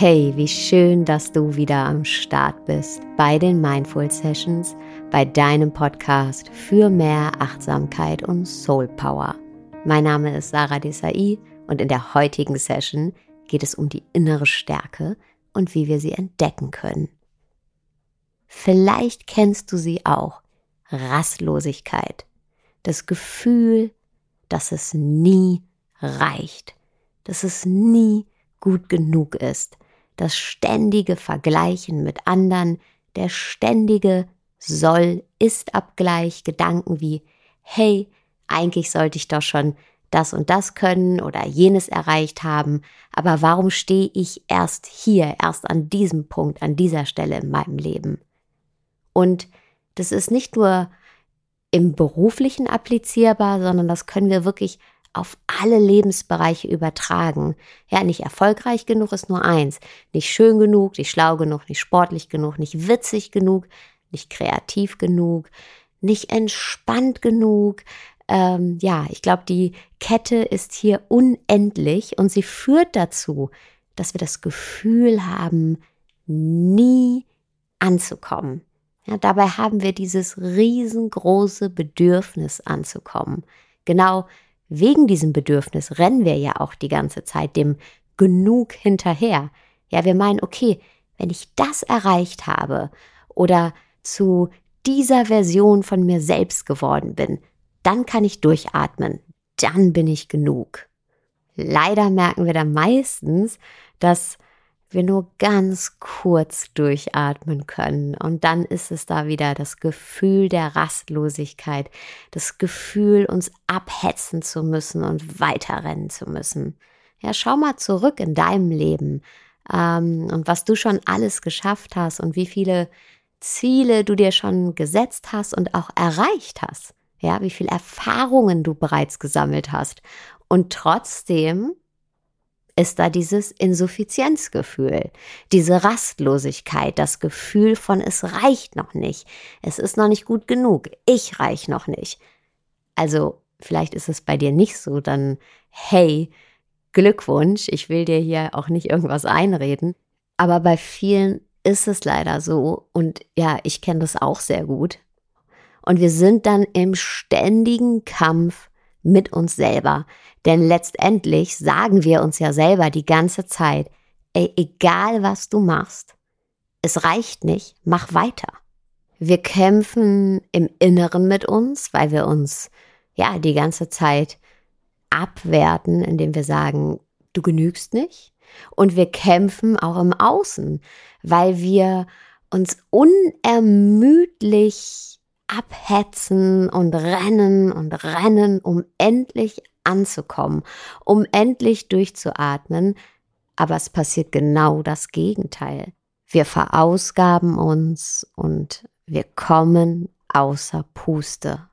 Hey, wie schön, dass du wieder am Start bist bei den Mindful Sessions, bei deinem Podcast für mehr Achtsamkeit und Soul Power. Mein Name ist Sarah Desai und in der heutigen Session geht es um die innere Stärke und wie wir sie entdecken können. Vielleicht kennst du sie auch, Rastlosigkeit, das Gefühl, dass es nie reicht, dass es nie gut genug ist, das ständige Vergleichen mit anderen, der ständige Soll-Ist-Abgleich, Gedanken wie, hey, eigentlich sollte ich doch schon das und das können oder jenes erreicht haben, aber warum stehe ich erst hier, erst an diesem Punkt, an dieser Stelle in meinem Leben? Und das ist nicht nur im Beruflichen applizierbar, sondern das können wir wirklich auf alle Lebensbereiche übertragen. Ja, nicht erfolgreich genug ist nur eins. Nicht schön genug, nicht schlau genug, nicht sportlich genug, nicht witzig genug, nicht kreativ genug, nicht entspannt genug. Ich glaube, die Kette ist hier unendlich und sie führt dazu, dass wir das Gefühl haben, nie anzukommen. Ja, dabei haben wir dieses riesengroße Bedürfnis anzukommen. Genau wegen diesem Bedürfnis rennen wir ja auch die ganze Zeit dem Genug hinterher. Ja, wir meinen, okay, wenn ich das erreicht habe oder zu dieser Version von mir selbst geworden bin, dann kann ich durchatmen, dann bin ich genug. Leider merken wir dann meistens, dass wir nur ganz kurz durchatmen können und dann ist es da wieder das Gefühl der Rastlosigkeit, das Gefühl, uns abhetzen zu müssen und weiterrennen zu müssen. Ja, schau mal zurück in deinem Leben und was du schon alles geschafft hast und wie viele Ziele du dir schon gesetzt hast und auch erreicht hast. Ja, wie viele Erfahrungen du bereits gesammelt hast und trotzdem ist da dieses Insuffizienzgefühl, diese Rastlosigkeit, das Gefühl von es reicht noch nicht, es ist noch nicht gut genug, ich reich noch nicht. Also vielleicht ist es bei dir nicht so, dann hey, Glückwunsch, ich will dir hier auch nicht irgendwas einreden, aber bei vielen ist es leider so und ja, ich kenne das auch sehr gut und wir sind dann im ständigen Kampf mit uns selber. Denn letztendlich sagen wir uns ja selber die ganze Zeit, ey, egal was du machst, es reicht nicht, mach weiter. Wir kämpfen im Inneren mit uns, weil wir uns ja die ganze Zeit abwerten, indem wir sagen, du genügst nicht. Und wir kämpfen auch im Außen, weil wir uns unermüdlich abhetzen und rennen, um endlich anzukommen, um endlich durchzuatmen. Aber es passiert genau das Gegenteil. Wir verausgaben uns und wir kommen außer Puste.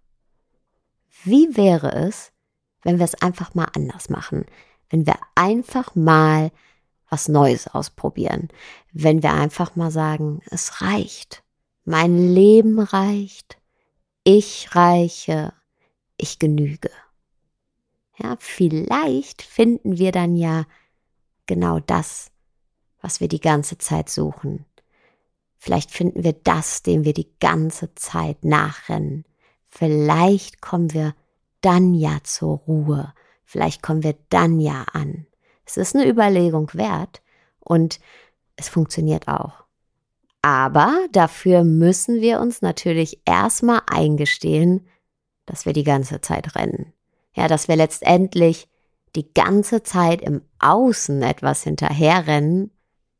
Wie wäre es, wenn wir es einfach mal anders machen? Wenn wir einfach mal was Neues ausprobieren? Wenn wir einfach mal sagen, es reicht. Mein Leben reicht. Ich reiche, ich genüge. Ja, vielleicht finden wir dann ja genau das, was wir die ganze Zeit suchen. Vielleicht finden wir das, dem wir die ganze Zeit nachrennen. Vielleicht kommen wir dann ja zur Ruhe. Vielleicht kommen wir dann ja an. Es ist eine Überlegung wert und es funktioniert auch. Aber dafür müssen wir uns natürlich erstmal eingestehen, dass wir die ganze Zeit rennen. Ja, dass wir letztendlich die ganze Zeit im Außen etwas hinterherrennen,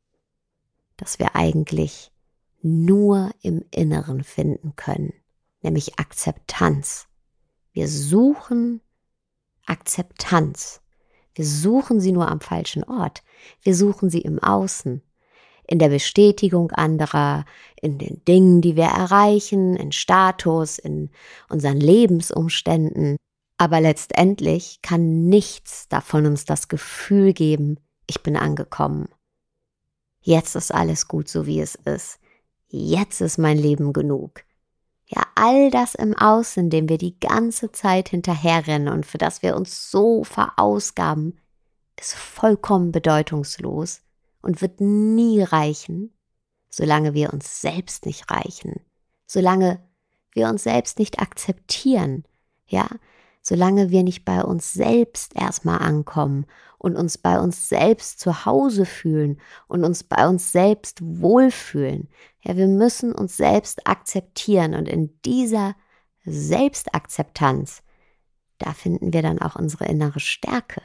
das wir eigentlich nur im Inneren finden können, nämlich Akzeptanz. Wir suchen Akzeptanz. Wir suchen sie nur am falschen Ort. Wir suchen sie im Außen. In der Bestätigung anderer, in den Dingen, die wir erreichen, in Status, in unseren Lebensumständen. Aber letztendlich kann nichts davon uns das Gefühl geben, ich bin angekommen. Jetzt ist alles gut, so wie es ist. Jetzt ist mein Leben genug. Ja, all das im Außen, dem wir die ganze Zeit hinterherrennen und für das wir uns so verausgaben, ist vollkommen bedeutungslos und wird nie reichen, solange wir uns selbst nicht reichen, solange wir uns selbst nicht akzeptieren, ja, solange wir nicht bei uns selbst erstmal ankommen und uns bei uns selbst zu Hause fühlen und uns bei uns selbst wohlfühlen. Ja, wir müssen uns selbst akzeptieren und in dieser Selbstakzeptanz, da finden wir dann auch unsere innere Stärke.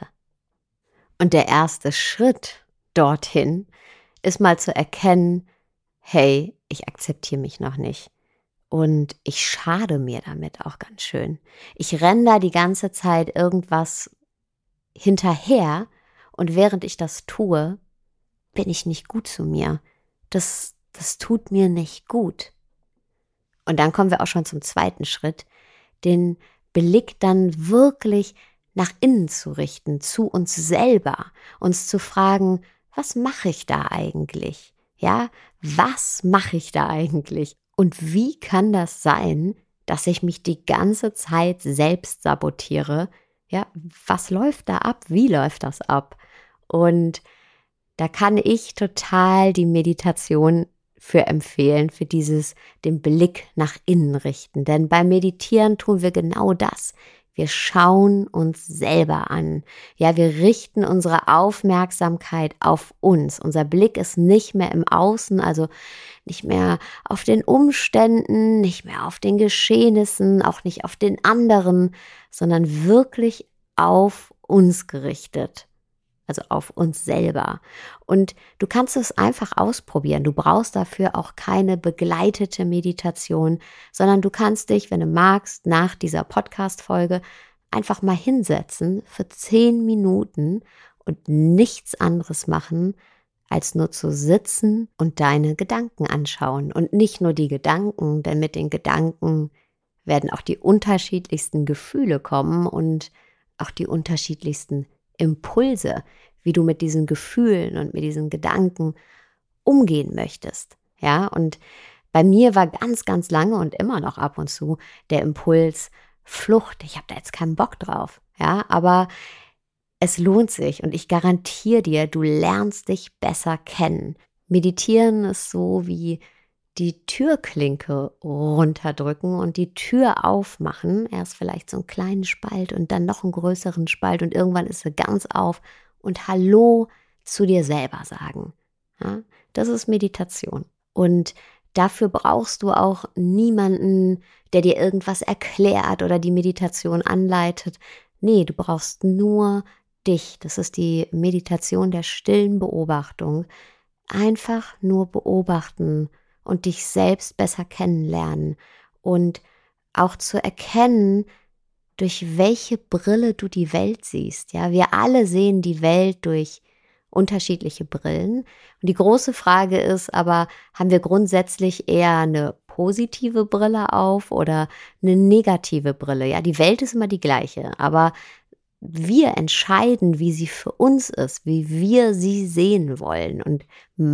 Und der erste Schritt dorthin ist mal zu erkennen, hey, ich akzeptiere mich noch nicht. Und ich schade mir damit auch ganz schön. Ich renne da die ganze Zeit irgendwas hinterher und während ich das tue, bin ich nicht gut zu mir. Das tut mir nicht gut. Und dann kommen wir auch schon zum zweiten Schritt, den Blick dann wirklich nach innen zu richten, zu uns selber, uns zu fragen, was mache ich da eigentlich? Ja, was mache ich da eigentlich? Und wie kann das sein, dass ich mich die ganze Zeit selbst sabotiere? Ja, was läuft da ab? Wie läuft das ab? Und da kann ich total die Meditation für empfehlen, für dieses den Blick nach innen richten. Denn beim Meditieren tun wir genau das. Wir schauen uns selber an. Ja, wir richten unsere Aufmerksamkeit auf uns. Unser Blick ist nicht mehr im Außen, also nicht mehr auf den Umständen, nicht mehr auf den Geschehnissen, auch nicht auf den anderen, sondern wirklich auf uns gerichtet. Also auf uns selber. Und du kannst es einfach ausprobieren. Du brauchst dafür auch keine begleitete Meditation, sondern du kannst dich, wenn du magst, nach dieser Podcast-Folge einfach mal hinsetzen für 10 Minuten und nichts anderes machen, als nur zu sitzen und deine Gedanken anschauen. Und nicht nur die Gedanken, denn mit den Gedanken werden auch die unterschiedlichsten Gefühle kommen und auch die unterschiedlichsten Impulse, wie du mit diesen Gefühlen und mit diesen Gedanken umgehen möchtest. Ja, und bei mir war ganz, ganz lange und immer noch ab und zu der Impuls Flucht. Ich habe da jetzt keinen Bock drauf. Ja, aber es lohnt sich und ich garantiere dir, du lernst dich besser kennen. Meditieren ist so wie die Türklinke runterdrücken und die Tür aufmachen. Erst vielleicht so einen kleinen Spalt und dann noch einen größeren Spalt und irgendwann ist sie ganz auf und Hallo zu dir selber sagen. Ja, das ist Meditation. Und dafür brauchst du auch niemanden, der dir irgendwas erklärt oder die Meditation anleitet. Nee, du brauchst nur dich. Das ist die Meditation der stillen Beobachtung. Einfach nur beobachten und dich selbst besser kennenlernen und auch zu erkennen, durch welche Brille du die Welt siehst. Ja, wir alle sehen die Welt durch unterschiedliche Brillen. Und die große Frage ist aber, haben wir grundsätzlich eher eine positive Brille auf oder eine negative Brille? Ja, die Welt ist immer die gleiche, aber wir entscheiden, wie sie für uns ist, wie wir sie sehen wollen. Und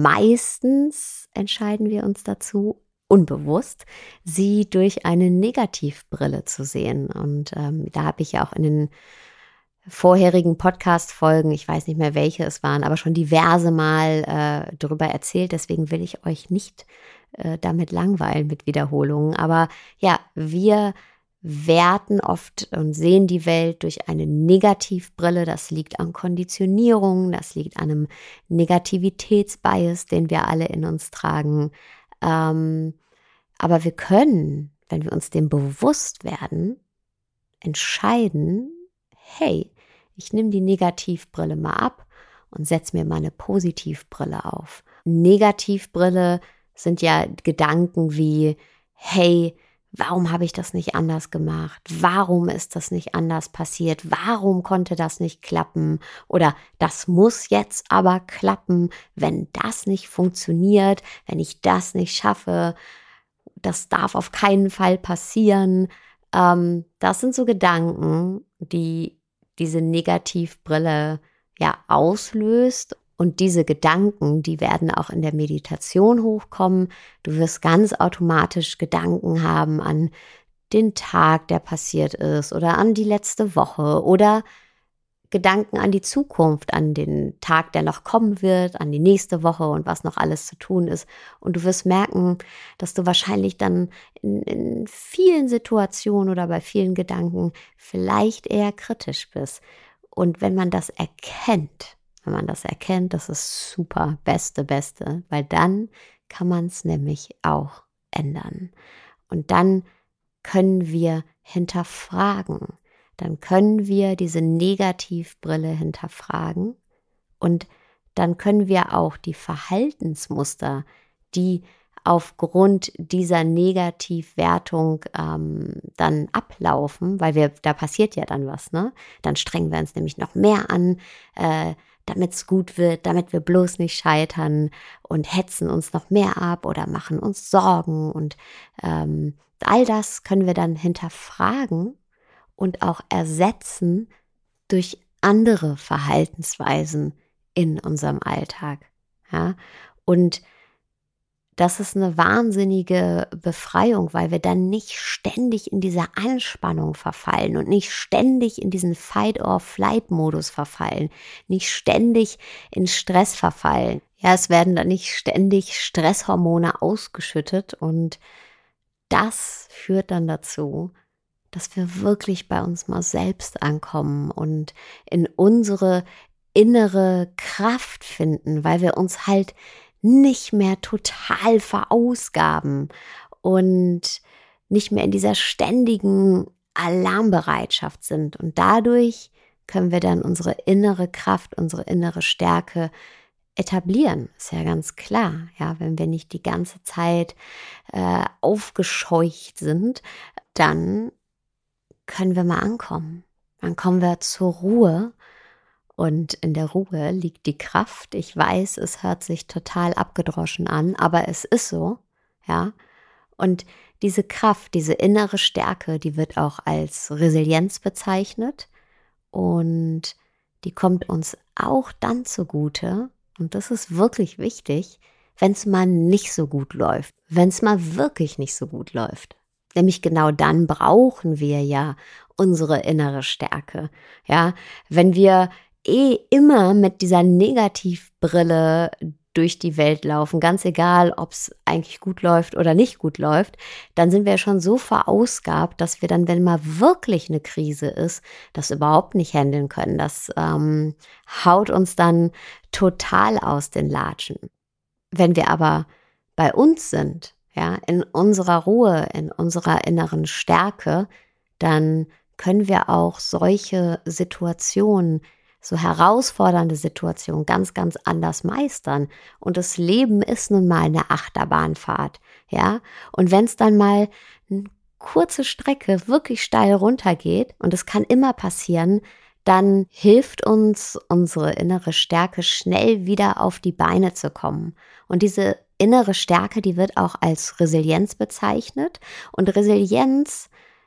meistens entscheiden wir uns dazu, unbewusst, sie durch eine Negativbrille zu sehen. Und da habe ich ja auch in den vorherigen Podcast-Folgen, ich weiß nicht mehr welche es waren, aber schon diverse Mal darüber erzählt. Deswegen will ich euch nicht damit langweilen mit Wiederholungen. Aber ja, wir werten oft und sehen die Welt durch eine Negativbrille. Das liegt an Konditionierung, das liegt an einem Negativitätsbias, den wir alle in uns tragen. Aber wir können, wenn wir uns dem bewusst werden, entscheiden, hey, ich nehme die Negativbrille mal ab und setze mir mal eine Positivbrille auf. Negativbrille sind ja Gedanken wie, hey, warum habe ich das nicht anders gemacht? Warum ist das nicht anders passiert? Warum konnte das nicht klappen? Oder das muss jetzt aber klappen, wenn das nicht funktioniert, wenn ich das nicht schaffe. Das darf auf keinen Fall passieren. Das sind so Gedanken, die diese Negativbrille ja auslöst. Und diese Gedanken, die werden auch in der Meditation hochkommen. Du wirst ganz automatisch Gedanken haben an den Tag, der passiert ist oder an die letzte Woche oder Gedanken an die Zukunft, an den Tag, der noch kommen wird, an die nächste Woche und was noch alles zu tun ist. Und du wirst merken, dass du wahrscheinlich dann in vielen Situationen oder bei vielen Gedanken vielleicht eher kritisch bist. Und wenn man das erkennt, das ist super, beste, weil dann kann man es nämlich auch ändern. Und dann können wir hinterfragen. Dann können wir diese Negativbrille hinterfragen und dann können wir auch die Verhaltensmuster, die aufgrund dieser Negativwertung dann ablaufen, weil da passiert ja dann was, ne? Dann strengen wir uns nämlich noch mehr an, damit es gut wird, damit wir bloß nicht scheitern und hetzen uns noch mehr ab oder machen uns Sorgen und all das können wir dann hinterfragen und auch ersetzen durch andere Verhaltensweisen in unserem Alltag. Ja? Und das ist eine wahnsinnige Befreiung, weil wir dann nicht ständig in dieser Anspannung verfallen und nicht ständig in diesen Fight-or-Flight-Modus verfallen, nicht ständig in Stress verfallen. Ja, es werden dann nicht ständig Stresshormone ausgeschüttet und das führt dann dazu, dass wir wirklich bei uns mal selbst ankommen und in unsere innere Kraft finden, weil wir uns halt nicht mehr total verausgaben und nicht mehr in dieser ständigen Alarmbereitschaft sind. Und dadurch können wir dann unsere innere Kraft, unsere innere Stärke etablieren. Ist ja ganz klar, ja, wenn wir nicht die ganze Zeit aufgescheucht sind, dann können wir mal ankommen. Dann kommen wir zur Ruhe und in der Ruhe liegt die Kraft. Ich weiß, es hört sich total abgedroschen an, aber es ist so, ja. Und diese Kraft, diese innere Stärke, die wird auch als Resilienz bezeichnet und die kommt uns auch dann zugute, und das ist wirklich wichtig, wenn es mal nicht so gut läuft, wenn es mal wirklich nicht so gut läuft. Nämlich genau dann brauchen wir ja unsere innere Stärke. Ja, wenn wir immer mit dieser Negativbrille durch die Welt laufen, ganz egal, ob es eigentlich gut läuft oder nicht gut läuft, dann sind wir schon so verausgabt, dass wir dann, wenn mal wirklich eine Krise ist, das überhaupt nicht handeln können. Das haut uns dann total aus den Latschen. Wenn wir aber bei uns sind, ja, in unserer Ruhe, in unserer inneren Stärke, dann können wir auch solche Situationen, so herausfordernde Situationen ganz, ganz anders meistern. Und das Leben ist nun mal eine Achterbahnfahrt, ja. Und wenn es dann mal eine kurze Strecke wirklich steil runtergeht, und das kann immer passieren, dann hilft uns unsere innere Stärke schnell wieder auf die Beine zu kommen. Und diese innere Stärke, die wird auch als Resilienz bezeichnet. Und Resilienz,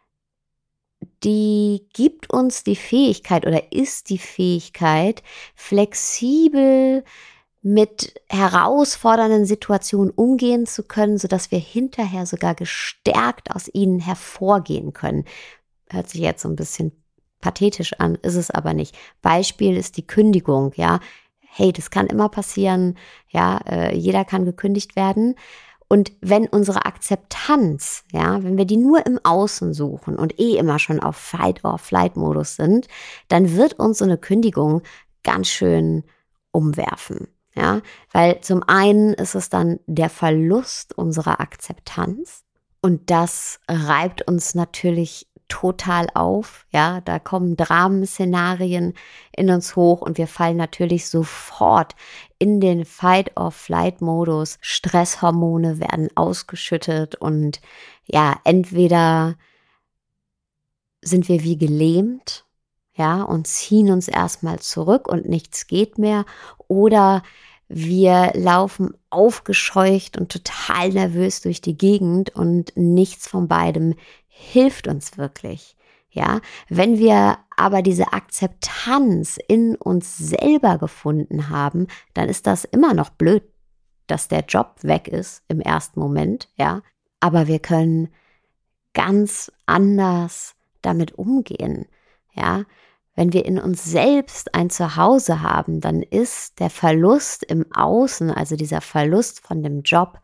die gibt uns die Fähigkeit oder ist die Fähigkeit, flexibel mit herausfordernden Situationen umgehen zu können, sodass wir hinterher sogar gestärkt aus ihnen hervorgehen können. Hört sich jetzt so ein bisschen pathetisch an, ist es aber nicht. Beispiel ist die Kündigung, ja. Hey, das kann immer passieren, ja, jeder kann gekündigt werden. Und wenn unsere Akzeptanz, ja, wenn wir die nur im Außen suchen und immer schon auf Fight-or-Flight-Modus sind, dann wird uns so eine Kündigung ganz schön umwerfen, ja. Weil zum einen ist es dann der Verlust unserer Akzeptanz und das reibt uns natürlich total auf, ja, da kommen Dramen-Szenarien in uns hoch und wir fallen natürlich sofort in den Fight-or-Flight-Modus. Stresshormone werden ausgeschüttet und ja, entweder sind wir wie gelähmt, ja, und ziehen uns erstmal zurück und nichts geht mehr, oder wir laufen aufgescheucht und total nervös durch die Gegend und nichts von beidem hilft uns wirklich. Ja, wenn wir aber diese Akzeptanz in uns selber gefunden haben, dann ist das immer noch blöd, dass der Job weg ist im ersten Moment, ja, aber wir können ganz anders damit umgehen, ja. Wenn wir in uns selbst ein Zuhause haben, dann ist der Verlust im Außen, also dieser Verlust von dem Job,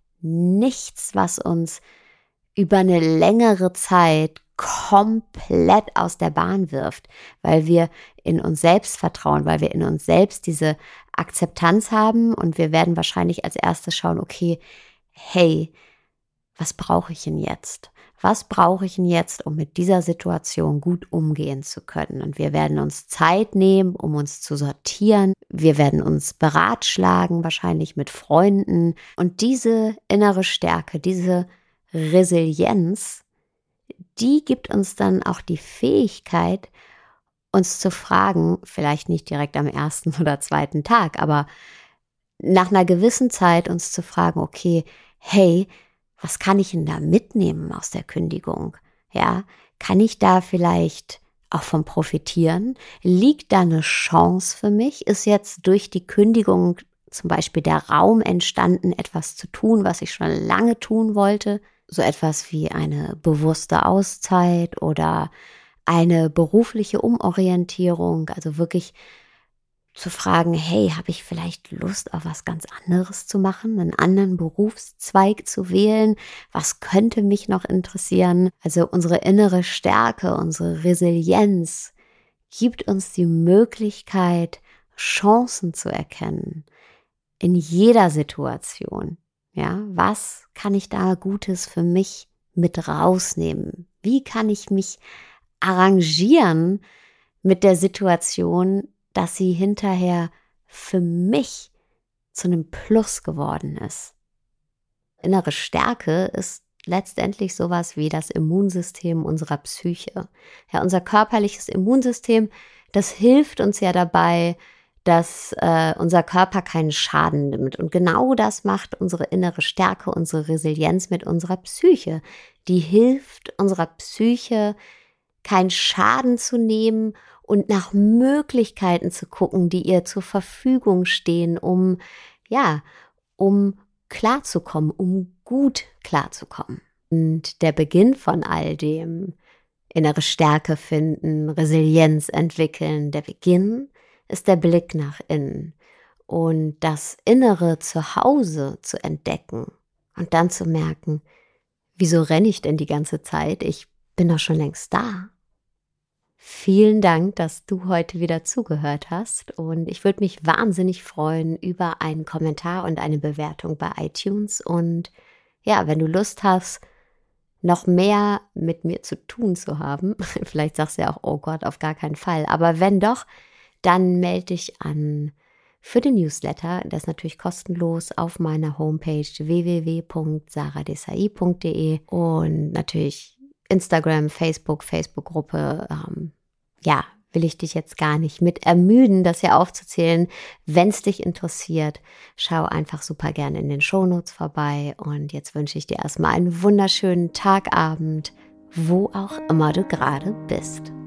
nichts, was uns über eine längere Zeit komplett aus der Bahn wirft, weil wir in uns selbst vertrauen, weil wir in uns selbst diese Akzeptanz haben und wir werden wahrscheinlich als erstes schauen, okay, hey, was brauche ich denn jetzt? Was brauche ich denn jetzt, um mit dieser Situation gut umgehen zu können? Und wir werden uns Zeit nehmen, um uns zu sortieren. Wir werden uns beratschlagen, wahrscheinlich mit Freunden. Und diese innere Stärke, diese Resilienz, die gibt uns dann auch die Fähigkeit, uns zu fragen, vielleicht nicht direkt am ersten oder zweiten Tag, aber nach einer gewissen Zeit uns zu fragen, okay, hey, was kann ich denn da mitnehmen aus der Kündigung? Ja, kann ich da vielleicht auch von profitieren? Liegt da eine Chance für mich? Ist jetzt durch die Kündigung zum Beispiel der Raum entstanden, etwas zu tun, was ich schon lange tun wollte? So etwas wie eine bewusste Auszeit oder eine berufliche Umorientierung, also wirklich zu fragen, hey, habe ich vielleicht Lust auf was ganz anderes zu machen, einen anderen Berufszweig zu wählen? Was könnte mich noch interessieren? Also unsere innere Stärke, unsere Resilienz gibt uns die Möglichkeit, Chancen zu erkennen in jeder Situation. Ja, was kann ich da Gutes für mich mit rausnehmen? Wie kann ich mich arrangieren mit der Situation, dass sie hinterher für mich zu einem Plus geworden ist? Innere Stärke ist letztendlich sowas wie das Immunsystem unserer Psyche. Ja, unser körperliches Immunsystem, das hilft uns ja dabei, dass unser Körper keinen Schaden nimmt. Und genau das macht unsere innere Stärke, unsere Resilienz mit unserer Psyche. Die hilft unserer Psyche, keinen Schaden zu nehmen und nach Möglichkeiten zu gucken, die ihr zur Verfügung stehen, um klarzukommen, um gut klarzukommen. Und der Beginn von all dem, innere Stärke finden, Resilienz entwickeln, der Beginn ist der Blick nach innen und das innere Zuhause zu entdecken und dann zu merken, wieso renne ich denn die ganze Zeit? Ich bin doch schon längst da. Vielen Dank, dass du heute wieder zugehört hast und ich würde mich wahnsinnig freuen über einen Kommentar und eine Bewertung bei iTunes und ja, wenn du Lust hast, noch mehr mit mir zu tun zu haben, vielleicht sagst du ja auch, oh Gott, auf gar keinen Fall, aber wenn doch, dann melde dich an für den Newsletter, das ist natürlich kostenlos auf meiner Homepage www.saradesai.de und natürlich Instagram, Facebook-Gruppe, will ich dich jetzt gar nicht mit ermüden, das hier aufzuzählen. Wenn es dich interessiert, schau einfach super gerne in den Shownotes vorbei und jetzt wünsche ich dir erstmal einen wunderschönen Tagabend, wo auch immer du gerade bist.